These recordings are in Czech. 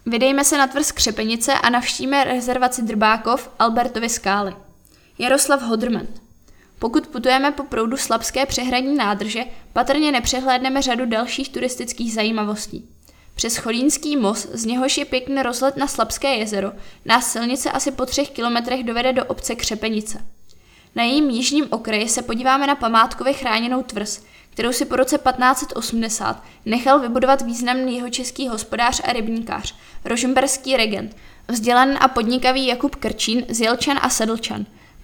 Vydejme se na tvrz Křepenice a navštívíme rezervaci Drbákov, Albertovy skály. Jaroslav Hodrment. Pokud putujeme po proudu Slabské přehradní nádrže, patrně nepřehlédneme řadu dalších turistických zajímavostí. Přes Cholínský most, z něhož je pěkný rozhled na Slabské jezero, nás silnice asi po 3 kilometrech dovede do obce Křepenice. Na jejím jižním okraji se podíváme na památkově chráněnou tvrz, kterou si po roce 1580 nechal vybudovat významný jihočeský hospodář a rybníkář, rožmberský regent, vzdělaný a podnikavý Jakub Krčín z Jelčan a Sedlčan,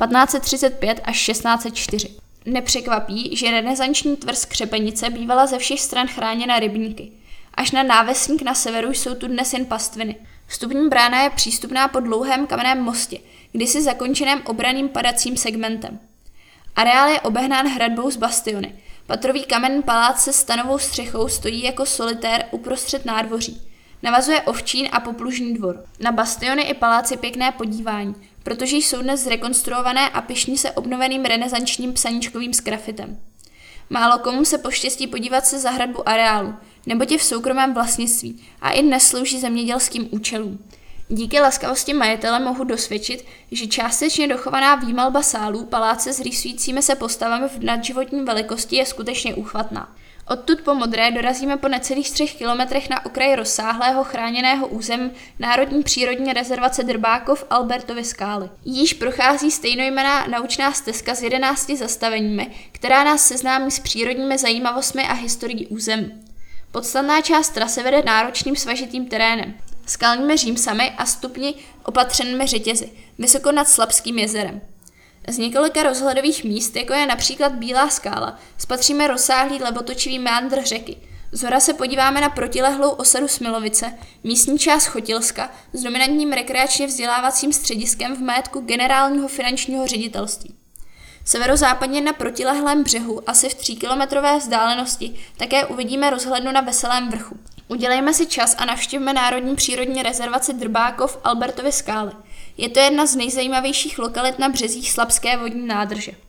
1535 až 1604. Nepřekvapí, že renesanční tvrz Křepenice bývala ze všech stran chráněna rybníky. Až na návesník na severu jsou tu dnes jen pastviny. Vstupní brána je přístupná po dlouhém kamenném mostě, kdysi zakončeném obranným padacím segmentem. Areál je obehnán hradbou z bastiony. Patrový kamenný palác se stanovou střechou stojí jako solitér uprostřed nádvoří. Navazuje ovčín a poplužní dvor. Na bastiony i palác je pěkné podívání, protože jsou dnes zrekonstruované a pyšní se obnoveným renesančním psaníčkovým sgrafitem. Málo komu se poštěstí podívat se za hradbu areálu, neboť je v soukromém vlastnictví a i dnes slouží zemědělským účelům. Díky laskavosti majitele mohu dosvědčit, že částečně dochovaná výmalba sálů paláce s rýsujícími se postavami v nadživotní velikosti je skutečně úchvatná. Odtud po Modré dorazíme po necelých 3 kilometrech na okraj rozsáhlého chráněného území Národní přírodní rezervace Drbákov Albertovy skály. Již prochází stejnojmenná naučná stezka s 11 zastaveními, která nás seznámí s přírodními zajímavostmi a historií území. Podstatná část trasy vede náročným svažitým terénem, skalními římsami a stupni opatřenými řetězy, vysoko nad Slabským jezerem. Z několika rozhledových míst, jako je například Bílá skála, spatříme rozsáhlý lebotočivý meandr řeky. Zhora se podíváme na protilehlou osadu Smilovice, místní část Chotilska s dominantním rekreačně vzdělávacím střediskem v majetku Generálního finančního ředitelství. Severozápadně na protilehlém břehu, asi v 3kilometrové vzdálenosti, také uvidíme rozhlednu na Veselém vrchu. Udělejme si čas a navštivme Národní přírodní rezervaci Drbákov Albertovy skály. Je to jedna z nejzajímavějších lokalit na březích Slabské vodní nádrže.